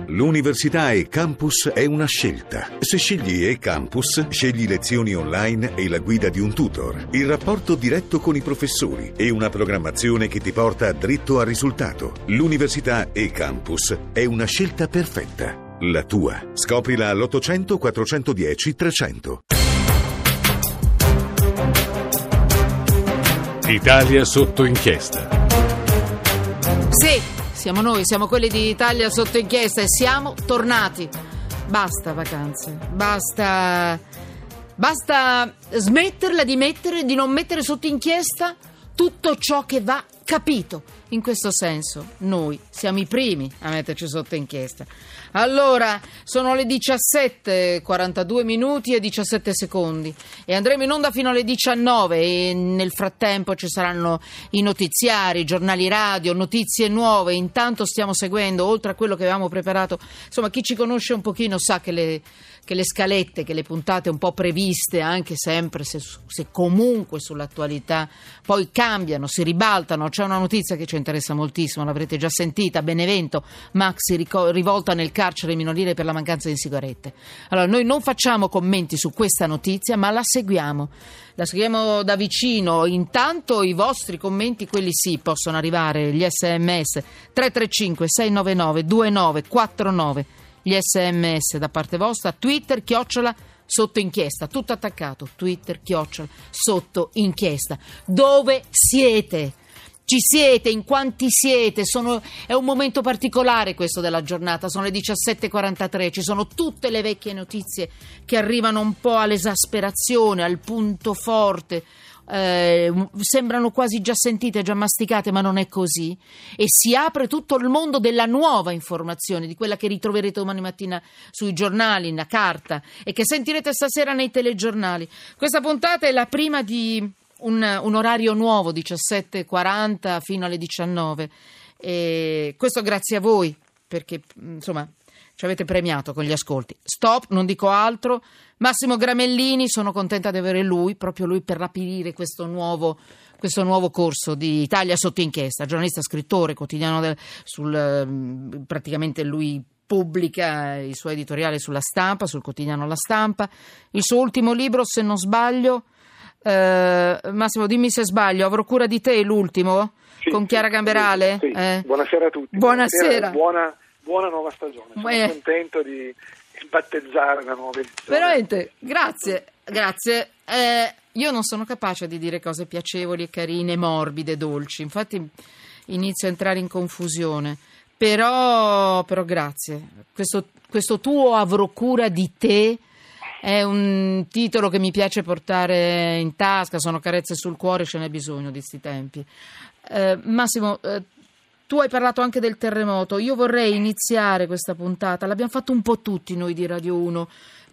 L'università e-Campus è una scelta. Se scegli e-Campus, scegli lezioni online e la guida di un tutor, il rapporto diretto con i professori e una programmazione che ti porta dritto al risultato. L'università e-Campus è una scelta perfetta. La tua. Scoprila all'800 410 300. Italia sotto inchiesta. Sì, siamo noi, siamo quelli di Italia sotto inchiesta e siamo tornati. Basta vacanze, basta smetterla di non mettere sotto inchiesta tutto ciò che va capito. In questo senso noi siamo i primi a metterci sotto inchiesta. Allora, sono le 17:42 minuti e 17 secondi e andremo in onda fino alle 19 e nel frattempo ci saranno i notiziari, i giornali radio, notizie nuove. Intanto stiamo seguendo, oltre a quello che avevamo preparato, insomma, chi ci conosce un pochino sa che le scalette, che le puntate un po' previste, anche sempre se comunque sull'attualità poi cambiano, si ribaltano. C'è una notizia che ci interessa moltissimo, l'avrete già sentita: Benevento, Max si rivolta nel carcere minorile per la mancanza di sigarette. Allora, noi non facciamo commenti su questa notizia, ma la seguiamo da vicino. Intanto i vostri commenti, quelli sì, possono arrivare, gli sms 335 699 2949, gli sms da parte vostra, Twitter / sotto inchiesta, tutto attaccato, Twitter / sotto inchiesta. Dove siete? Ci siete? In quanti siete? È un momento particolare questo della giornata, sono le 17:43, ci sono tutte le vecchie notizie che arrivano un po' all'esasperazione, al punto forte. Sembrano quasi già sentite, già masticate, ma non è così, e si apre tutto il mondo della nuova informazione, di quella che ritroverete domani mattina sui giornali, in carta, e che sentirete stasera nei telegiornali. Questa puntata è la prima di un orario nuovo, 17:40 fino alle 19, e questo grazie a voi, perché insomma ci avete premiato con gli ascolti. Stop, non dico altro. Massimo Gramellini, sono contenta di avere proprio lui per aprire questo nuovo corso di Italia sotto inchiesta. Giornalista, scrittore, quotidiano praticamente lui pubblica i suoi editoriali sulla Stampa, sul quotidiano La Stampa. Il suo ultimo libro, se non sbaglio, Massimo, dimmi se sbaglio, Avrò cura di te, l'ultimo, sì, con Chiara Gamberale. Sì. Buonasera a tutti. Buonasera. Buona nuova stagione. Sono contento di battezzare la nuova edizione. Veramente, grazie. Io non sono capace di dire cose piacevoli, carine, morbide, dolci. Infatti inizio a entrare in confusione. Però grazie. Questo tuo Avrò cura di te è un titolo che mi piace portare in tasca. Sono carezze sul cuore, ce n'è bisogno di sti tempi. Massimo, tu hai parlato anche del terremoto. Io vorrei iniziare questa puntata, l'abbiamo fatto un po' tutti noi di Radio 1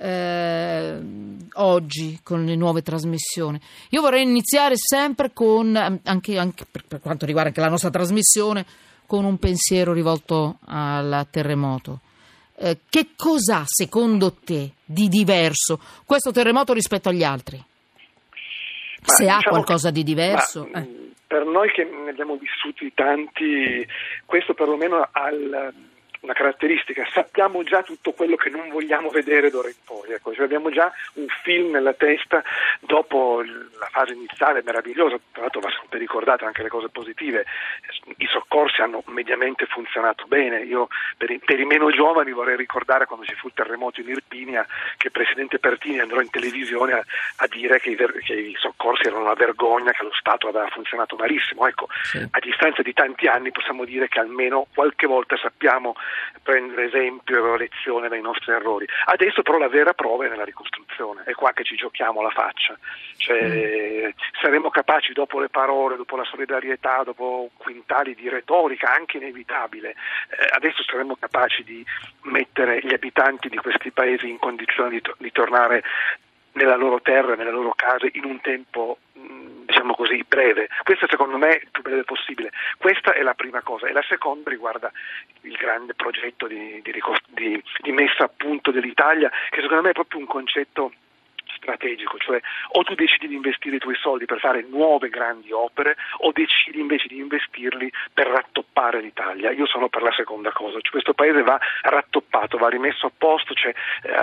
oggi con le nuove trasmissioni. Io vorrei iniziare sempre con, anche per quanto riguarda anche la nostra trasmissione, con un pensiero rivolto al terremoto. Che cos'ha secondo te di diverso questo terremoto rispetto agli altri? Se ha qualcosa di diverso? Per noi che ne abbiamo vissuti tanti, questo perlomeno ha una caratteristica: sappiamo già tutto quello che non vogliamo vedere d'ora in poi, ecco. Cioè abbiamo già un film nella testa dopo la fase iniziale meravigliosa. Tra l'altro va sempre ricordato anche le cose positive: i soccorsi hanno mediamente funzionato bene. Io per i meno giovani vorrei ricordare quando ci fu il terremoto in Irpinia, che il presidente Pertini andò in televisione a dire che i soccorsi erano una vergogna, che lo Stato aveva funzionato malissimo. Ecco, sì. A distanza di tanti anni possiamo dire che almeno qualche volta sappiamo prendere esempio e lezione dai nostri errori. Adesso però la vera prova è nella ricostruzione, è qua che ci giochiamo la faccia. Cioè, saremo capaci, dopo le parole, dopo la solidarietà, dopo quintali di retorica anche inevitabile, adesso saremo capaci di mettere gli abitanti di questi paesi in condizione di tornare nella loro terra, nelle loro case, in un tempo diciamo così breve. Questo secondo me è il più breve possibile. Questa è la prima cosa, e la seconda riguarda il grande progetto di messa a punto dell'Italia, che secondo me è proprio un concetto strategico, cioè o tu decidi di investire i tuoi soldi per fare nuove grandi opere o decidi invece di investirli per rattoppare l'Italia. Io sono per la seconda cosa, cioè questo paese va rattoppato, va rimesso a posto, cioè,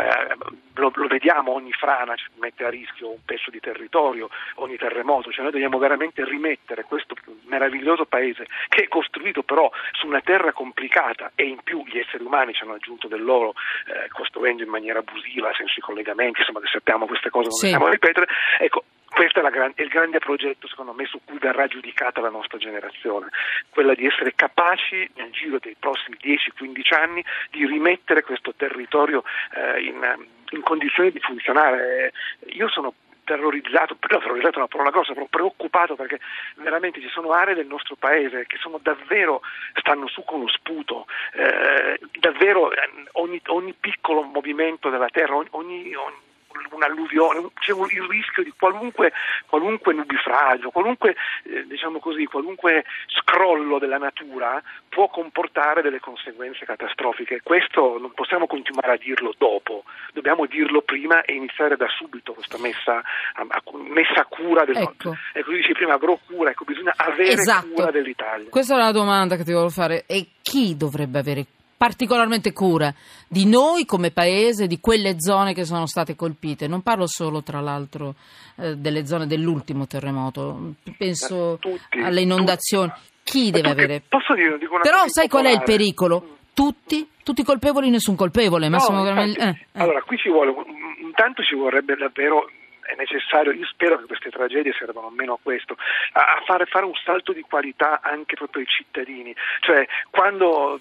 lo vediamo, ogni frana mette a rischio un pezzo di territorio, ogni terremoto, cioè noi dobbiamo veramente rimettere questo meraviglioso paese che è costruito però su una terra complicata, e in più gli esseri umani ci hanno aggiunto del loro, costruendo in maniera abusiva senza i collegamenti, insomma sappiamo queste cose, non sì. Stiamo a ripetere. Ecco, questo è il grande progetto, secondo me, su cui verrà giudicata la nostra generazione, quella di essere capaci nel giro dei prossimi 10-15 anni di rimettere questo territorio in condizioni di funzionare. Io sono terrorizzato è una parola grossa, però preoccupato, perché veramente ci sono aree del nostro paese che sono davvero, stanno su con lo sputo, davvero ogni piccolo movimento della terra, ogni un'alluvione, c'è il rischio di qualunque nubifragio, qualunque qualunque scrollo della natura può comportare delle conseguenze catastrofiche. Questo non possiamo continuare a dirlo dopo, dobbiamo dirlo prima e iniziare da subito questa messa a cura ecco, dici prima avrò cura, bisogna avere cura dell'Italia. Questa è la domanda che ti volevo fare: e chi dovrebbe avere particolarmente cura di noi come paese, di quelle zone che sono state colpite? Non parlo solo, tra l'altro, delle zone dell'ultimo terremoto, penso alle inondazioni. Chi deve avere? Posso dire, dico una però cosa sai qual è il pericolo? Tutti colpevoli, nessun colpevole. Massimo Allora, qui intanto ci vorrebbe davvero, è necessario, io spero che queste tragedie servano meno a questo, a fare un salto di qualità anche proprio ai cittadini, cioè quando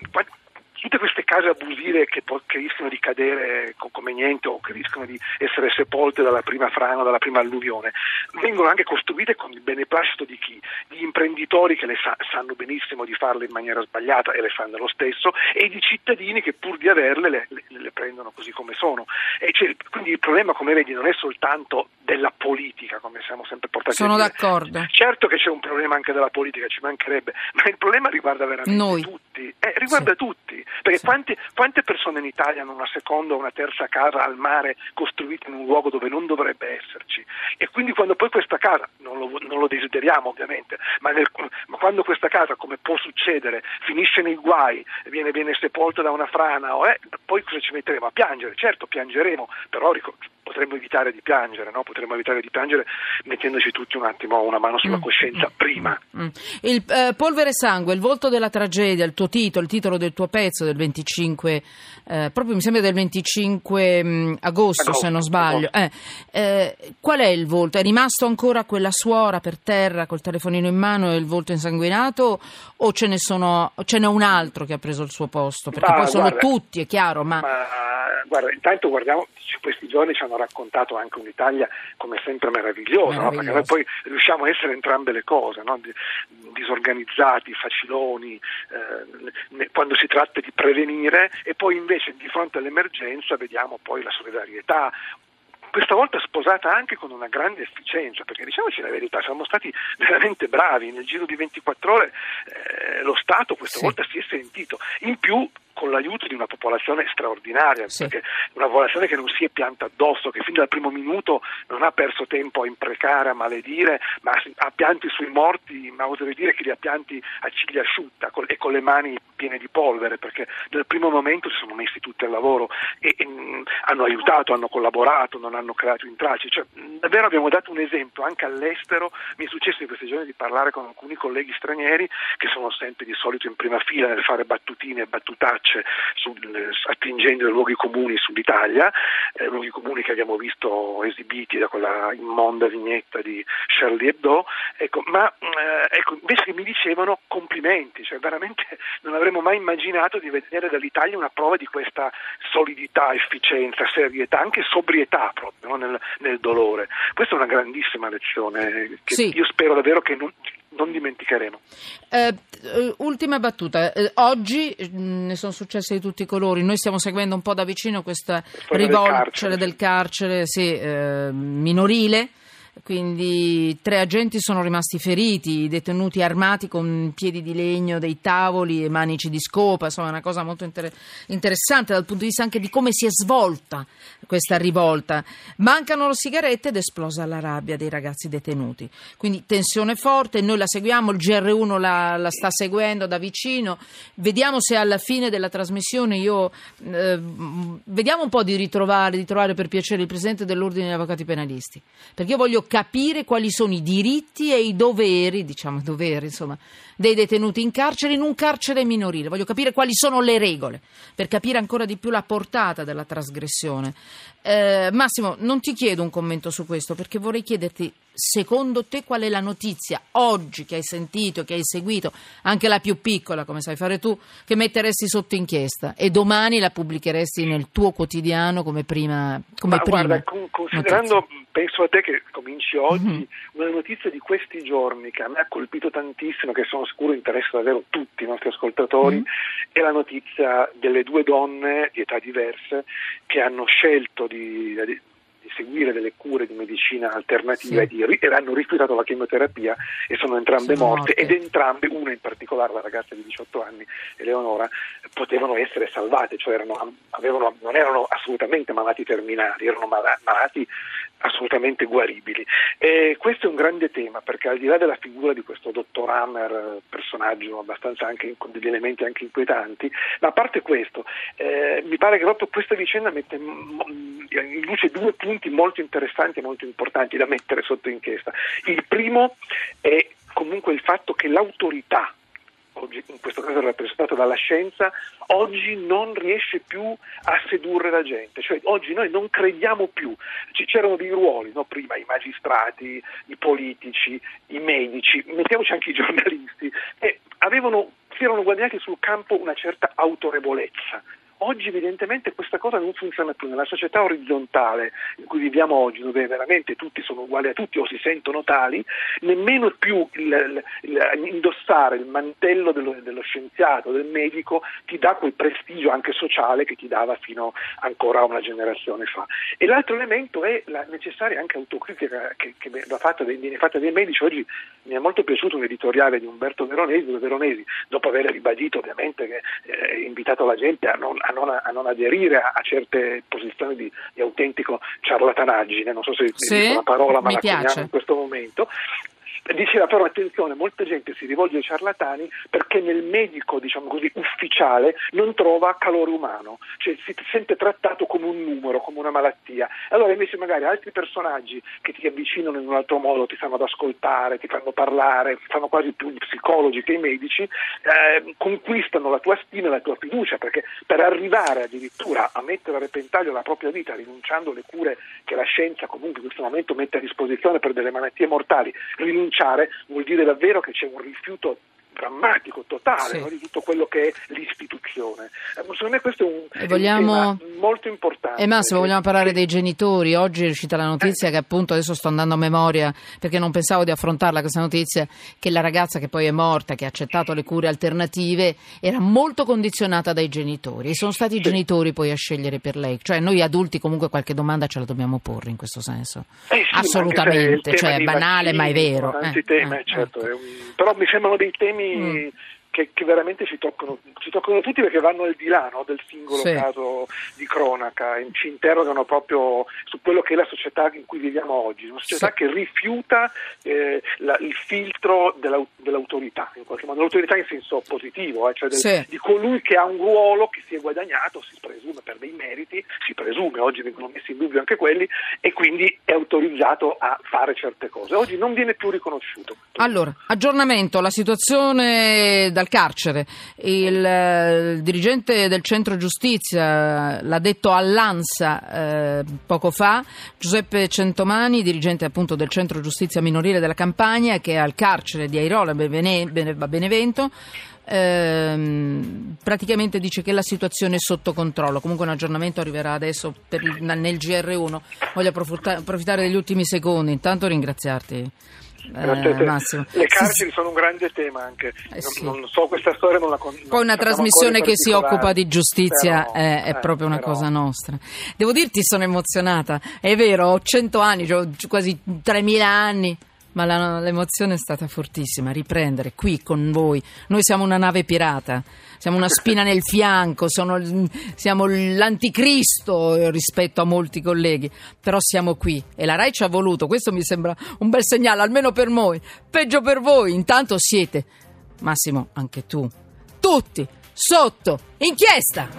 tutte queste case abusive che rischiano di cadere come niente, o che rischiano di essere sepolte dalla prima frana, dalla prima alluvione, vengono anche costruite con il beneplacito di chi? Di imprenditori che sanno benissimo di farle in maniera sbagliata e le fanno lo stesso, e di cittadini che pur di averle le prendono così come sono. Quindi il problema, come vedi, non è soltanto della politica, come siamo sempre portati a dire. Sono d'accordo. Certo che c'è un problema anche della politica, ci mancherebbe, ma il problema riguarda veramente tutti. Riguarda tutti. Perché quante persone in Italia hanno una seconda o una terza casa al mare costruita in un luogo dove non dovrebbe esserci? E quindi quando poi questa casa, non lo desideriamo ovviamente, ma quando questa casa, come può succedere, finisce nei guai, viene sepolta da una frana, poi cosa ci metteremo a piangere? Certo, piangeremo, però potremmo evitare di piangere, no? Potremmo evitare di piangere mettendoci tutti un attimo una mano sulla coscienza prima. Il Polvere e Sangue, il volto della tragedia, il tuo titolo, il titolo del tuo pezzo del 25, proprio mi sembra del 25 agosto, se non sbaglio. Qual è il volto? È rimasto ancora quella suora per terra col telefonino in mano e il volto insanguinato, o ce n'è un altro che ha preso il suo posto? Perché poi sono tutti, è chiaro, ma guarda, intanto guardiamo, questi giorni ci hanno raccontato anche un'Italia come sempre meravigliosa. No? Perché noi poi riusciamo a essere entrambe le cose, no? Disorganizzati, faciloni, quando si tratta di prevenire, e poi invece di fronte all'emergenza vediamo poi la solidarietà, questa volta sposata anche con una grande efficienza, perché diciamoci la verità, siamo stati veramente bravi, nel giro di 24 ore lo Stato questa volta si è sentito, in più con l'aiuto di una popolazione straordinaria, perché una popolazione che non si è pianta addosso, che fin dal primo minuto non ha perso tempo a imprecare, a maledire, ma ha pianti sui morti, ma oserei dire che li ha pianti a ciglia asciutta e con le mani piene di polvere, perché dal primo momento si sono messi tutti al lavoro e hanno aiutato, hanno collaborato, non hanno creato intralci. Cioè, davvero abbiamo dato un esempio anche all'estero. Mi è successo in questi giorni di parlare con alcuni colleghi stranieri che sono sempre di solito in prima fila nel fare battutine e battutacce attingendo ai luoghi comuni sull'Italia, luoghi comuni che abbiamo visto esibiti da quella immonda vignetta di Charlie Hebdo, invece che mi dicevano complimenti, cioè veramente non avremmo mai immaginato di vedere dall'Italia una prova di questa solidità, efficienza, serietà, anche sobrietà proprio, no? nel dolore. Questa è una grandissima lezione che io spero davvero che non dimenticheremo. Ultima battuta. Oggi ne sono successe di tutti i colori. Noi stiamo seguendo un po' da vicino questa rivolta del carcere minorile. quindi 3 agenti sono rimasti feriti, i detenuti armati con piedi di legno, dei tavoli e manici di scopa. Insomma, è una cosa molto interessante dal punto di vista anche di come si è svolta questa rivolta. Mancano le sigarette ed è esplosa la rabbia dei ragazzi detenuti, quindi tensione forte, noi la seguiamo, il GR1 la sta seguendo da vicino, vediamo se alla fine della trasmissione vediamo un po' di ritrovare per piacere il presidente dell'Ordine degli Avvocati Penalisti, perché io voglio capire quali sono i diritti e i doveri, insomma, dei detenuti in carcere, in un carcere minorile. Voglio capire quali sono le regole, per capire ancora di più la portata della trasgressione. Massimo, non ti chiedo un commento su questo, perché vorrei chiederti, secondo te, qual è la notizia oggi che hai sentito, che hai seguito, anche la più piccola, come sai fare tu, che metteresti sotto inchiesta e domani la pubblicheresti nel tuo quotidiano come prima guarda, considerando notizia. Penso a te che cominci oggi, una notizia di questi giorni che a me ha colpito tantissimo, che sono sicuro interessa davvero tutti i nostri ascoltatori, è la notizia delle 2 donne di età diverse che hanno scelto di seguire delle cure di medicina alternativa e hanno rifiutato la chemioterapia e sono entrambe morte. Ed entrambe, una in particolare, la ragazza di 18 anni, Eleonora, potevano essere salvate, cioè non erano assolutamente malati terminali, erano malati assolutamente guaribili. E questo è un grande tema, perché al di là della figura di questo dottor Hammer, personaggio abbastanza anche con degli elementi anche inquietanti, ma a parte questo, mi pare che proprio questa vicenda mette in luce 2 punti molto interessanti e molto importanti da mettere sotto inchiesta. Il primo è comunque il fatto che l'autorità, oggi in questo caso rappresentata dalla scienza, oggi non riesce più a sedurre la gente, cioè oggi noi non crediamo più. C'erano dei ruoli, no? Prima i magistrati, i politici, i medici, mettiamoci anche i giornalisti, e si erano guadagnati sul campo una certa autorevolezza. Oggi evidentemente questa cosa non funziona più. Nella società orizzontale in cui viviamo oggi, dove veramente tutti sono uguali a tutti o si sentono tali, nemmeno più indossare il mantello dello scienziato, del medico, ti dà quel prestigio anche sociale che ti dava fino ancora a una generazione fa. E l'altro elemento è la necessaria anche autocritica che viene fatta dai medici. Oggi mi è molto piaciuto un editoriale di Umberto Veronesi, dove Veronesi, dopo aver ribadito ovviamente che invitato la gente a non aderire a certe posizioni di autentico ciarlatanaggine, non so se dico la parola, ma la coniamo in questo momento. Diceva però attenzione, molta gente si rivolge ai ciarlatani perché nel medico, diciamo così, ufficiale non trova calore umano, cioè si sente trattato come un numero, come una malattia. Allora invece magari altri personaggi che ti avvicinano in un altro modo, ti fanno ad ascoltare, ti fanno parlare, fanno quasi più gli psicologi che i medici, conquistano la tua stima e la tua fiducia, perché per arrivare addirittura a mettere a repentaglio la propria vita rinunciando alle cure che la scienza comunque in questo momento mette a disposizione per delle malattie mortali, vuol dire davvero che c'è un rifiuto drammatico, totale, no, di tutto quello che è l'istituzione. Secondo me questo è un tema molto importante. E Massimo, vogliamo parlare dei genitori. Oggi è uscita la notizia che appunto, adesso sto andando a memoria perché non pensavo di affrontarla questa notizia, che la ragazza che poi è morta, che ha accettato le cure alternative, era molto condizionata dai genitori, e sono stati i genitori poi a scegliere per lei. Cioè noi adulti comunque qualche domanda ce la dobbiamo porre in questo senso. Assolutamente, cioè è banale ma è vero. Tanti temi, certo, però mi sembrano dei temi che veramente ci toccano tutti, perché vanno al di là, no, del singolo caso di cronaca, e ci interrogano proprio su quello che è la società in cui viviamo oggi, una società che rifiuta il filtro dell'autorità, in qualche modo, l'autorità in senso positivo, cioè di colui che ha un ruolo che si è guadagnato, si presume per dei meriti, oggi vengono messi in dubbio anche quelli, e quindi è autorizzato a fare certe cose. Oggi non viene più riconosciuto. Allora, aggiornamento, la situazione dal carcere. Il dirigente del centro giustizia l'ha detto all'ANSA poco fa, Giuseppe Centomani, dirigente appunto del centro giustizia minorile della Campania, che è al carcere di Airola, Benevento. Praticamente dice che la situazione è sotto controllo. Comunque un aggiornamento arriverà adesso nel GR1. Voglio approfittare degli ultimi secondi, intanto ringraziarti Massimo. Le carceri sono un grande tema anche. Sì. Non so, questa storia non la conosco. Poi una trasmissione che si occupa di giustizia è proprio una cosa nostra. Devo dirti, sono emozionata. È vero, ho 100 anni, ho quasi 3000 anni. Ma l'emozione è stata fortissima, riprendere qui con voi. Noi siamo una nave pirata, siamo una spina nel fianco, siamo l'anticristo rispetto a molti colleghi, però siamo qui e la Rai ci ha voluto, questo mi sembra un bel segnale, almeno per noi, peggio per voi, intanto siete, Massimo, anche tu, tutti sotto inchiesta!